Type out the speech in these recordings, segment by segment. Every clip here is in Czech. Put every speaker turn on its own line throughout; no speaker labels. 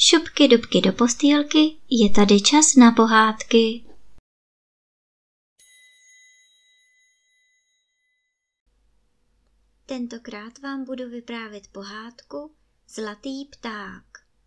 Šupky dubky do postýlky, je tady čas na pohádky. Tentokrát vám budu vyprávět pohádku Zlatý pták.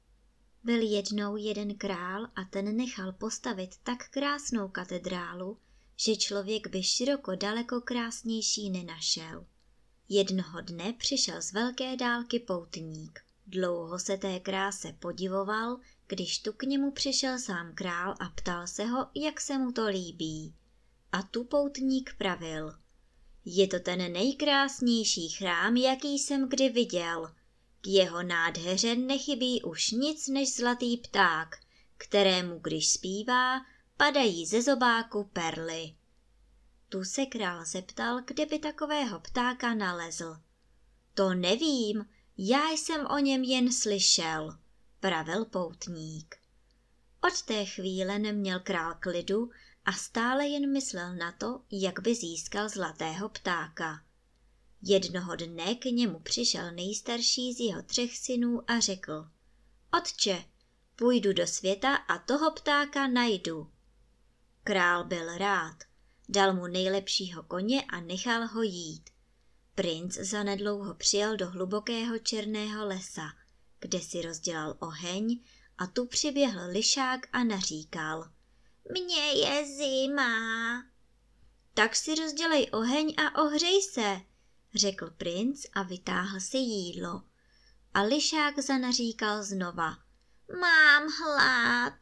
Byl jednou jeden král a ten nechal postavit tak krásnou katedrálu, že člověk by široko daleko krásnější nenašel. Jednoho dne přišel z velké dálky poutník. Dlouho se té kráse podivoval, když tu k němu přišel sám král a ptal se ho, jak se mu to líbí. A tu poutník pravil: je to ten nejkrásnější chrám, jaký jsem kdy viděl. K jeho nádheře nechybí už nic než zlatý pták, kterému, když zpívá, padají ze zobáku perly. Tu se král zeptal, kde by takového ptáka nalezl. To nevím, já jsem o něm jen slyšel, pravil poutník. Od té chvíle neměl král klidu a stále jen myslel na to, jak by získal zlatého ptáka. Jednoho dne k němu přišel nejstarší z jeho 3 synů a řekl: Otče, půjdu do světa a toho ptáka najdu. Král byl rád, dal mu nejlepšího koně a nechal ho jít. Princ zanedlouho přijel do hlubokého černého lesa, kde si rozdělal oheň, a tu přiběhl lišák a naříkal: Mně je zima. Tak si rozdělej oheň a ohřej se, řekl princ a vytáhl si jídlo. A lišák zanaříkal znova: Mám hlad.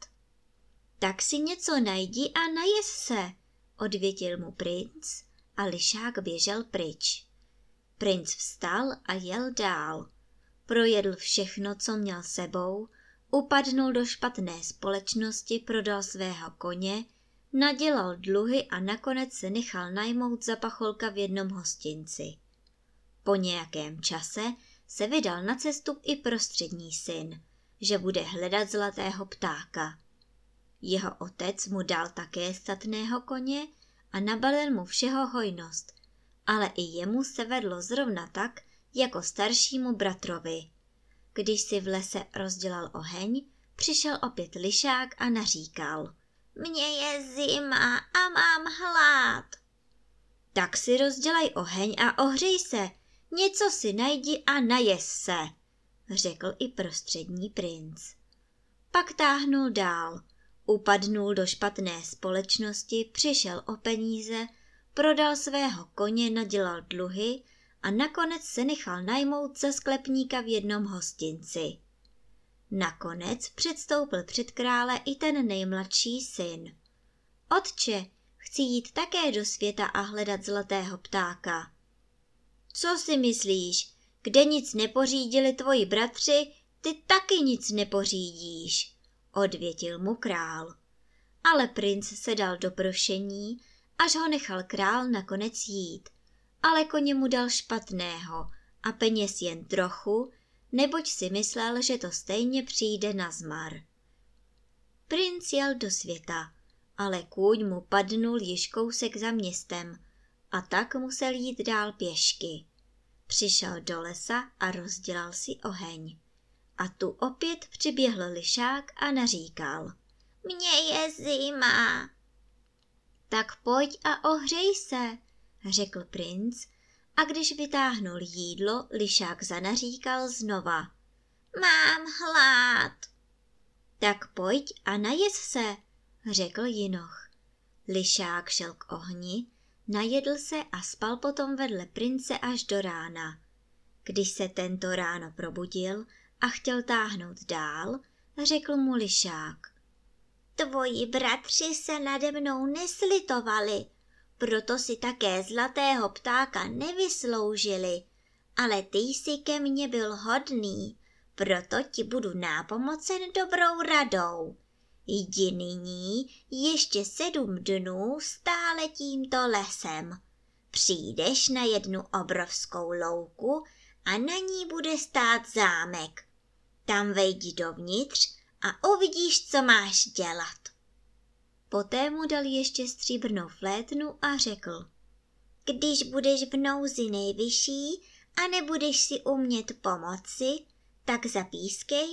Tak si něco najdi a najes se, odvětil mu princ a lišák běžel pryč. Princ vstal a jel dál. Projedl všechno, co měl sebou, upadnul do špatné společnosti, prodal svého koně, nadělal dluhy a nakonec se nechal najmout za pacholka v jednom hostinci. Po nějakém čase se vydal na cestu i prostřední syn, že bude hledat zlatého ptáka. Jeho otec mu dal také statného koně a nabalil mu všeho hojnost, ale i jemu se vedlo zrovna tak, jako staršímu bratrovi. Když si v lese rozdělal oheň, přišel opět lišák a naříkal: Mně je zima a mám hlad. Tak si rozdělej oheň a ohřej se, něco si najdi a najes se, řekl i prostřední princ. Pak táhnul dál, upadnul do špatné společnosti, přišel o peníze, prodal svého koně, nadělal dluhy a nakonec se nechal najmout za sklepníka v jednom hostinci. Nakonec předstoupil před krále i ten nejmladší syn. Otče, chci jít také do světa a hledat zlatého ptáka. Co si myslíš, kde nic nepořídili tvoji bratři, ty taky nic nepořídíš, odvětil mu král. Ale princ se dal do prošení, až ho nechal král nakonec jít, ale koně mu dal špatného a peněz jen trochu, neboť si myslel, že to stejně přijde nazmar. Princ jel do světa, ale kůň mu padnul již kousek za městem a tak musel jít dál pěšky. Přišel do lesa a rozdělal si oheň. A tu opět přiběhl lišák a naříkal: Mně je zima. Tak pojď a ohřej se, řekl princ, a když vytáhnul jídlo, lišák zanaříkal znova: Mám hlad. Tak pojď a najes se, řekl jinoch. Lišák šel k ohni, najedl se a spal potom vedle prince až do rána. Když se tento ráno probudil a chtěl táhnout dál, řekl mu lišák: Tvoji bratři se nade mnou neslitovali, proto si také zlatého ptáka nevysloužili, ale ty jsi ke mně byl hodný, proto ti budu nápomocen dobrou radou. Jdi nyní ještě 7 dnů stále tímto lesem. Přijdeš na jednu obrovskou louku a na ní bude stát zámek. Tam vejdi dovnitř a uvidíš, co máš dělat. Poté mu dal ještě stříbrnou flétnu a řekl: Když budeš v nouzi nejvyšší a nebudeš si umět pomoci, tak zapískej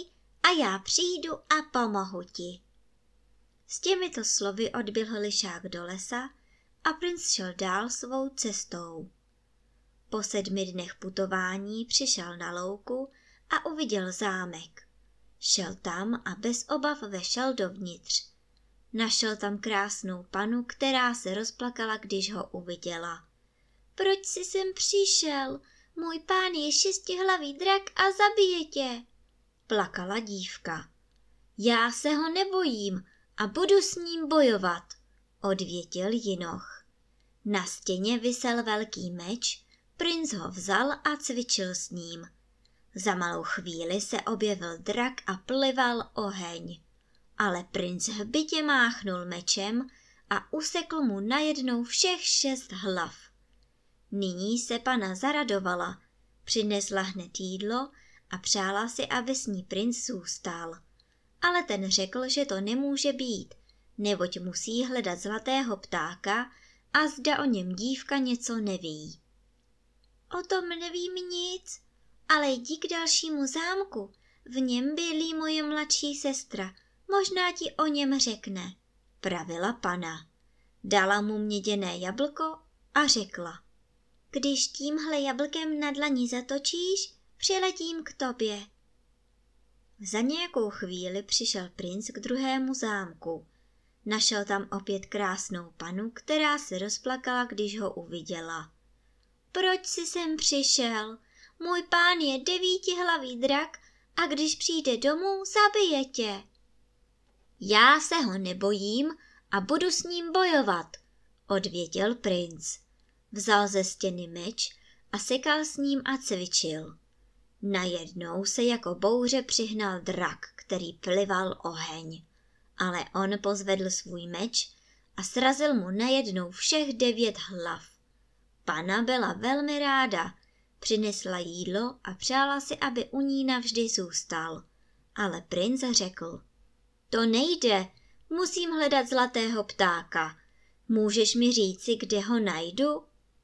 a já přijdu a pomohu ti. S těmito slovy odběhl lišák do lesa a princ šel dál svou cestou. Po 7 dnech putování přišel na louku a uviděl zámek. Šel tam a bez obav vešel dovnitř. Našel tam krásnou panu, která se rozplakala, když ho uviděla. Proč jsi sem přišel? Můj pán je 6hlavý drak a zabije tě, plakala dívka. Já se ho nebojím a budu s ním bojovat, odvětil jinoch. Na stěně visel velký meč, princ ho vzal a cvičil s ním. Za malou chvíli se objevil drak a plival oheň. Ale princ hbitě máchnul mečem a usekl mu najednou všech 6 hlav. Nyní se pana zaradovala, přinesla hned jídlo a přála si, aby s ní princ zůstal. Ale ten řekl, že to nemůže být, neboť musí hledat zlatého ptáka a zda o něm dívka něco neví. O tom nevím nic, ale jdi k dalšímu zámku, v něm bydlí moje mladší sestra, možná ti o něm řekne, pravila pana. Dala mu měděné jablko a řekla. Když tímhle jablkem na dlani zatočíš, přiletím k tobě. Za nějakou chvíli přišel princ k druhému zámku. Našel tam opět krásnou panu, která se rozplakala, když ho uviděla. Proč jsi sem přišel? Můj pán je 9hlavý drak a když přijde domů, zabije tě. Já se ho nebojím a budu s ním bojovat, odvětil princ. Vzal ze stěny meč a sekal s ním a cvičil. Najednou se jako bouře přihnal drak, který plival oheň. Ale on pozvedl svůj meč a srazil mu najednou všech 9 hlav. Pana byla velmi ráda, přinesla jídlo a přála si, aby u ní navždy zůstal. Ale princ řekl, to nejde, musím hledat zlatého ptáka. Můžeš mi říci, kde ho najdu?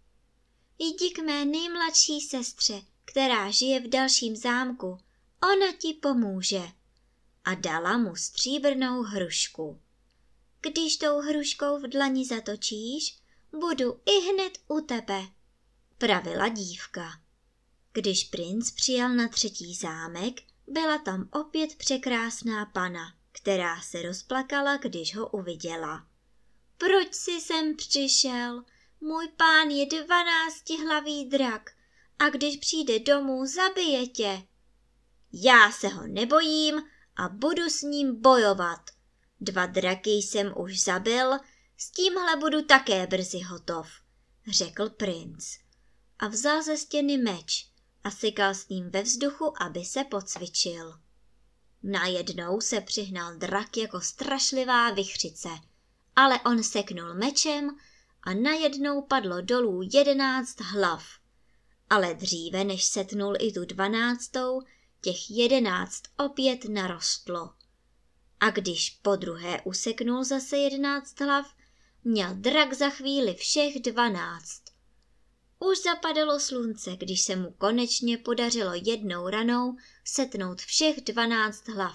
Jdi k mé nejmladší sestře, která žije v dalším zámku, ona ti pomůže. A dala mu stříbrnou hrušku. Když tou hruškou v dlani zatočíš, budu ihned u tebe, pravila dívka. Když princ přijel na 3. zámek, byla tam opět překrásná pana, která se rozplakala, když ho uviděla. Proč jsi sem přišel? Můj pán je 12hlavý drak a když přijde domů, zabije tě. Já se ho nebojím a budu s ním bojovat. 2 draky jsem už zabil, s tímhle budu také brzy hotov, řekl princ. A vzal ze stěny meč a sekal s ním ve vzduchu, aby se pocvičil. Najednou se přihnal drak jako strašlivá vichřice, ale on seknul mečem a najednou padlo dolů 11 hlav. Ale dříve, než setnul i tu 12., těch 11 opět narostlo. A když podruhé useknul zase 11 hlav, měl drak za chvíli všech 12. Už zapadalo slunce, když se mu konečně podařilo jednou ranou setnout všech 12 hlav.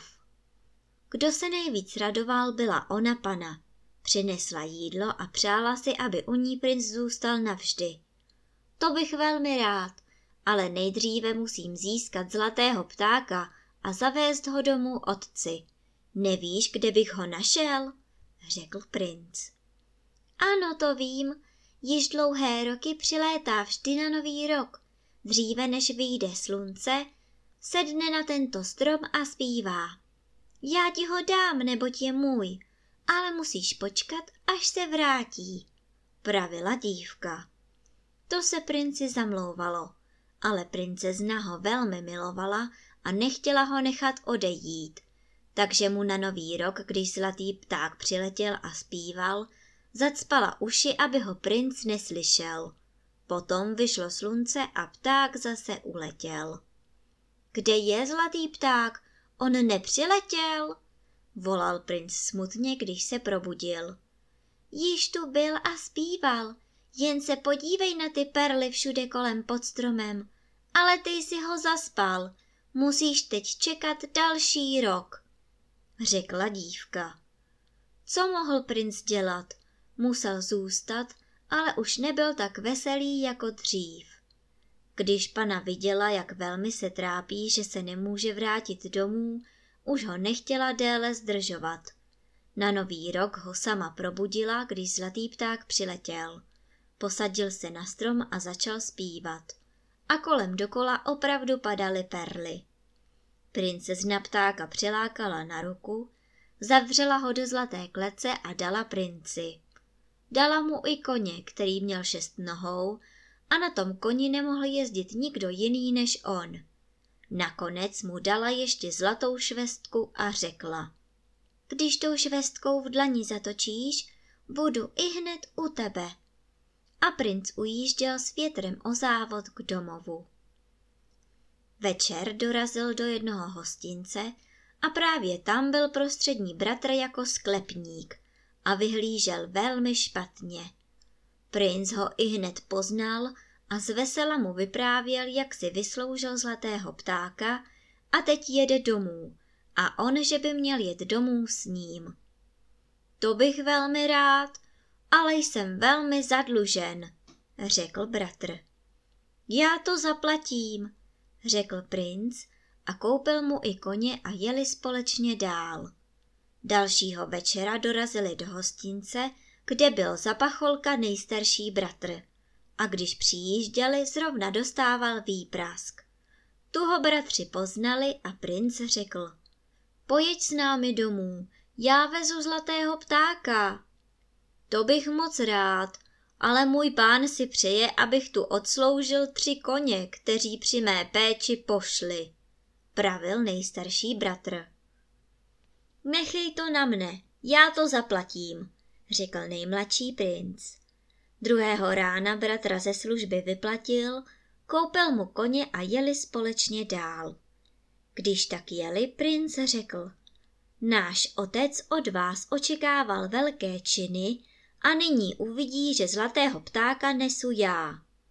Kdo se nejvíc radoval, byla ona pana. Přinesla jídlo a přála si, aby u ní princ zůstal navždy. To bych velmi rád, ale nejdříve musím získat zlatého ptáka a zavést ho domů otci. Nevíš, kde bych ho našel? Řekl princ. Ano, to vím. Již dlouhé roky přilétá vždy na nový rok. Dříve než vyjde slunce, sedne na tento strom a zpívá. Já ti ho dám, neboť je můj, ale musíš počkat, až se vrátí, pravila dívka. To se princi zamlouvalo, ale princezna ho velmi milovala a nechtěla ho nechat odejít. Takže mu na nový rok, když zlatý pták přiletěl a zpíval, zacpala uši, aby ho princ neslyšel. Potom vyšlo slunce a pták zase uletěl. Kde je zlatý pták? On nepřiletěl? Volal princ smutně, když se probudil. Již tu byl a zpíval, jen se podívej na ty perly všude kolem pod stromem, ale ty jsi ho zaspal. musíš teď čekat další rok, řekla dívka. Co mohl princ dělat? Musel zůstat, ale už nebyl tak veselý jako dřív. Když pana viděla, jak velmi se trápí, že se nemůže vrátit domů, už ho nechtěla déle zdržovat. Na nový rok ho sama probudila, když zlatý pták přiletěl. Posadil se na strom a začal zpívat. A kolem dokola opravdu padaly perly. Princezna ptáka přilákala na ruku, zavřela ho do zlaté klece a dala princi. Dala mu i koně, který měl 6 nohou, a na tom koni nemohl jezdit nikdo jiný než on. Nakonec mu dala ještě zlatou švestku a řekla: Když tou švestkou v dlani zatočíš, budu ihned u tebe. A princ ujížděl s větrem o závod k domovu. Večer dorazil do jednoho hostince a právě tam byl prostřední bratr jako sklepník a vyhlížel velmi špatně. Princ ho ihned poznal a zvesela mu vyprávěl, jak si vysloužil zlatého ptáka a teď jede domů a on, že by měl jet domů s ním. To bych velmi rád, ale jsem velmi zadlužen, řekl bratr. Já to zaplatím, řekl princ a koupil mu i koně a jeli společně dál. Dalšího večera dorazili do hostince, kde byl za pacholka nejstarší bratr. A když přijížděli, zrovna dostával výprask. Tu ho bratři poznali a princ řekl: Pojeď s námi domů, já vezu zlatého ptáka. To bych moc rád, ale můj pán si přeje, abych tu odsloužil 3 koně, kteří při mé péči pošli, pravil nejstarší bratr. Nechej to na mne, já to zaplatím, řekl nejmladší princ. Druhého rána bratra ze služby vyplatil, koupil mu koně a jeli společně dál. Když tak jeli, princ řekl: Náš otec od vás očekával velké činy a nyní uvidí, že zlatého ptáka nesu já.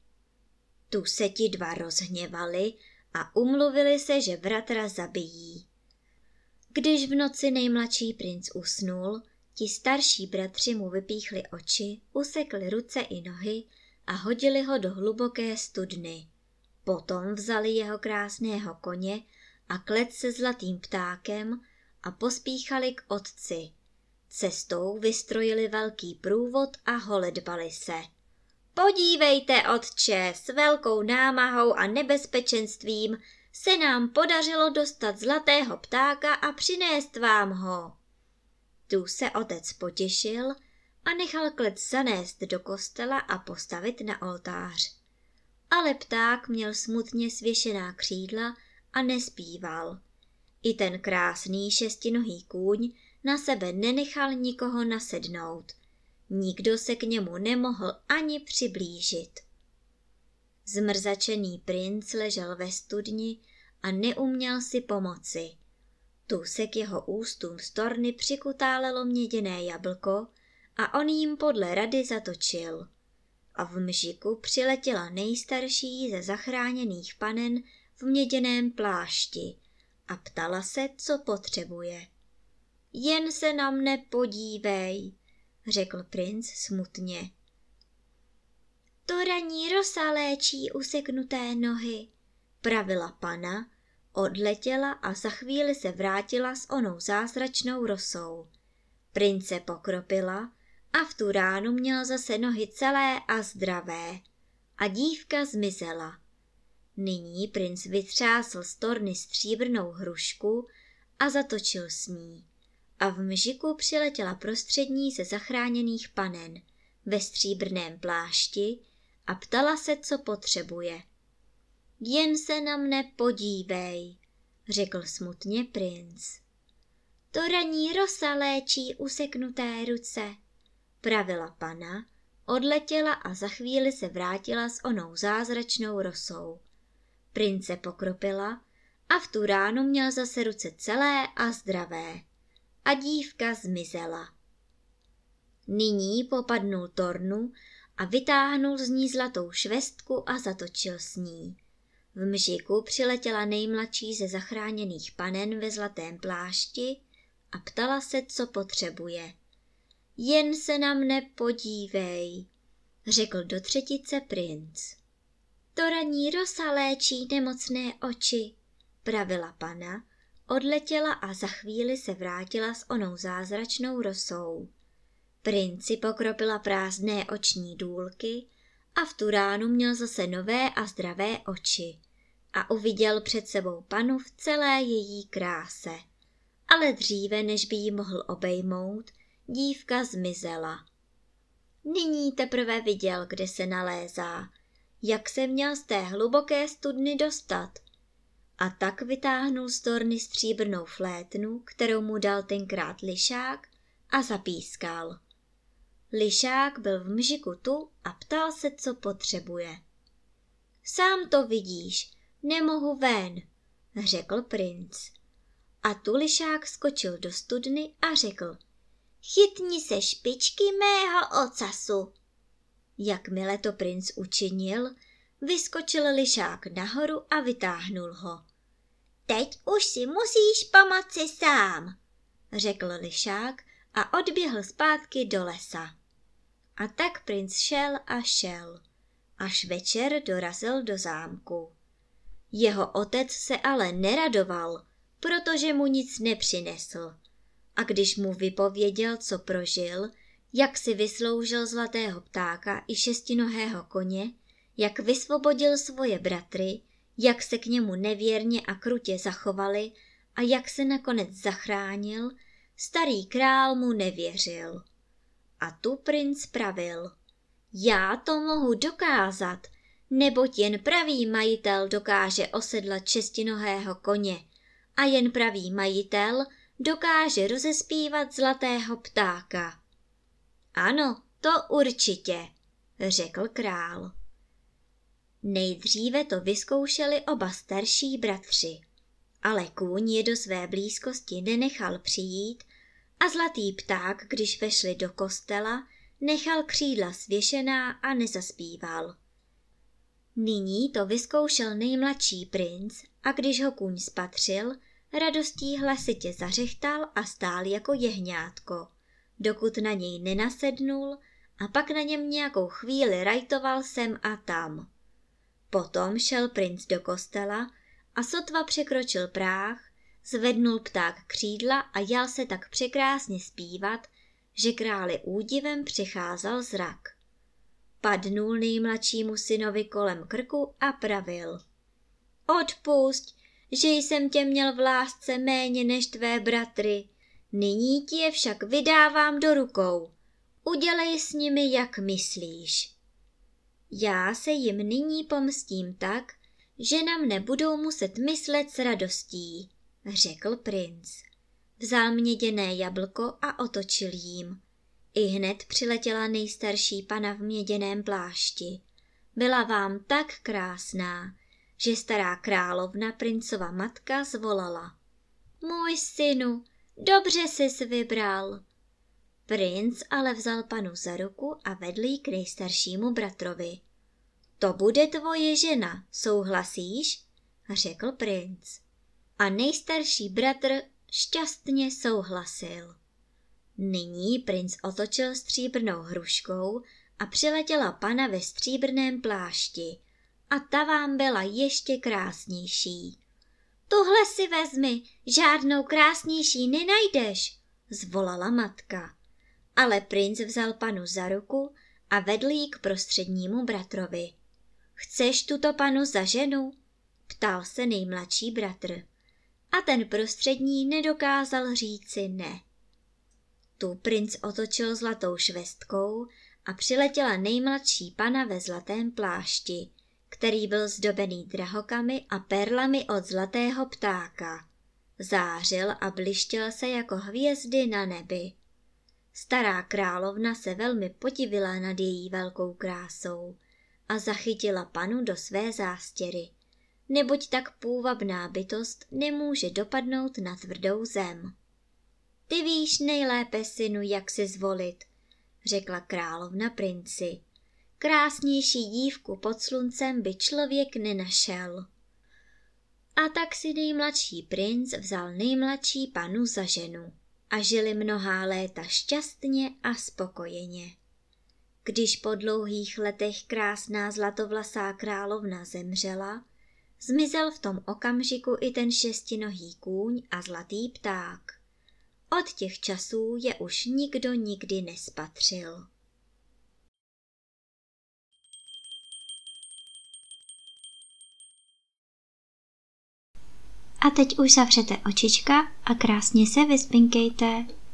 Tu se ti 2 rozhněvali a umluvili se, že bratra zabijí. Když v noci nejmladší princ usnul, ti starší bratři mu vypíchli oči, usekli ruce i nohy a hodili ho do hluboké studny. Potom vzali jeho krásného koně a klec se zlatým ptákem a pospíchali k otci. Cestou vystrojili velký průvod a holedbali se. Podívejte, otče, s velkou námahou a nebezpečenstvím se nám podařilo dostat zlatého ptáka a přinést vám ho. Tu se otec potěšil a nechal klec zanést do kostela a postavit na oltář. Ale pták měl smutně svěšená křídla a nespíval. I ten krásný 6nohý kůň na sebe nenechal nikoho nasednout. Nikdo se k němu nemohl ani přiblížit. Zmrzačený princ ležel ve studni a neuměl si pomoci. Tu se k jeho ústům z torny přikutálelo měděné jablko a on jim podle rady zatočil. A v mžiku přiletěla nejstarší ze zachráněných panen v měděném plášti a ptala se, co potřebuje. Jen se na mne podívej, řekl princ smutně. To ranní rosa léčí useknuté nohy, pravila pana, odletěla a za chvíli se vrátila s onou zázračnou rosou. Prince pokropila a v tu ránu měl zase nohy celé a zdravé a dívka zmizela. Nyní princ vytřásl z torny stříbrnou hrušku a zatočil s ní. A v mžiku přiletěla prostřední ze zachráněných panen ve stříbrném plášti a ptala se, co potřebuje. Jen se na mne podívej, řekl smutně princ. To ranní rosa léčí useknuté ruce, pravila pana, odletěla a za chvíli se vrátila s onou zázračnou rosou. Prince pokropila a v tu ránu měl zase ruce celé a zdravé. A dívka zmizela. Nyní popadnul tornu a vytáhnul z ní zlatou švestku a zatočil s ní. V mžiku přiletěla nejmladší ze zachráněných panen ve zlatém plášti a ptala se, co potřebuje. Jen se na mne podívej, řekl do třetice princ. To ranní rosa léčí nemocné oči, pravila pana, odletěla a za chvíli se vrátila s onou zázračnou rosou. Princi pokropila prázdné oční důlky a v tu ránu měl zase nové a zdravé oči a uviděl před sebou panu v celé její kráse. Ale dříve, než by ji mohl obejmout, dívka zmizela. Nyní teprve viděl, kde se nalézá, jak se měl z té hluboké studny dostat. A tak vytáhnul z torny stříbrnou flétnu, kterou mu dal tenkrát lišák, a zapískal. Lišák byl v mžiku tu a ptal se, co potřebuje. Sám to vidíš, nemohu ven, řekl princ. A tu lišák skočil do studny a řekl, chytni se špičky mého ocasu. Jakmile to princ učinil, vyskočil lišák nahoru a vytáhnul ho. Teď už si musíš pomoci sám, řekl lišák a odběhl zpátky do lesa. A tak princ šel a šel, až večer dorazil do zámku. Jeho otec se ale neradoval, protože mu nic nepřinesl. A když mu vypověděl, co prožil, jak si vysloužil zlatého ptáka i šestinohého koně, jak vysvobodil svoje bratry, jak se k němu nevěrně a krutě zachovali a jak se nakonec zachránil, starý král mu nevěřil. A tu princ pravil, já to mohu dokázat, neboť jen pravý majitel dokáže osedlat šestinohého koně a jen pravý majitel dokáže rozespívat zlatého ptáka. Ano, to určitě, řekl král. Nejdříve to vyzkoušeli oba starší bratři, ale kůň je do své blízkosti nenechal přijít a zlatý pták, když vešli do kostela, nechal křídla svěšená a nezaspíval. Nyní to vyzkoušel nejmladší princ a když ho kůň spatřil, radostí hlasitě zařechtal a stál jako jehňátko, dokud na něj nenasednul a pak na něm nějakou chvíli rajtoval sem a tam. Potom šel princ do kostela a sotva překročil práh, zvednul pták křídla a jal se tak překrásně zpívat, že králi údivem přecházel zrak. Padnul nejmladšímu synovi kolem krku a pravil. Odpusť, že jsem tě měl v lásce méně než tvé bratry, nyní ti je však vydávám do rukou. Udělej s nimi, jak myslíš. Já se jim nyní pomstím tak, že na mne budou muset myslet s radostí, řekl princ. Vzal měděné jablko a otočil jím. Ihned přiletěla nejstarší pana v měděném plášti. Byla vám tak krásná, že stará královna, princova matka, zvolala. Můj synu, dobře sis vybral. Princ ale vzal panu za ruku a vedl ji k nejstaršímu bratrovi. To bude tvoje žena, souhlasíš? Řekl princ. A nejstarší bratr šťastně souhlasil. Nyní princ otočil stříbrnou hruškou a přiletěla pana ve stříbrném plášti a ta vám byla ještě krásnější. Tuhle si vezmi, žádnou krásnější nenajdeš, zvolala matka. Ale princ vzal panu za ruku a vedl ji k prostřednímu bratrovi. Chceš tuto panu za ženu? Ptal se nejmladší bratr. A ten prostřední nedokázal říci ne. Tu princ otočil zlatou švestkou a přiletěla nejmladší pana ve zlatém plášti, který byl zdobený drahokamy a perlami od zlatého ptáka. Zářil a blištěl se jako hvězdy na nebi. Stará královna se velmi podivila nad její velkou krásou a zachytila panu do své zástěry, neboť tak půvabná bytost nemůže dopadnout na tvrdou zem. Ty víš nejlépe, synu, jak si zvolit, řekla královna princi. Krásnější dívku pod sluncem by člověk nenašel. A tak si nejmladší princ vzal nejmladší panu za ženu a žili mnohá léta šťastně a spokojeně. Když po dlouhých letech krásná zlatovlasá královna zemřela, zmizel v tom okamžiku i ten šestinohý kůň a zlatý pták. Od těch časů je už nikdo nikdy nespatřil. A teď už zavřete očička a krásně se vyspinkejte.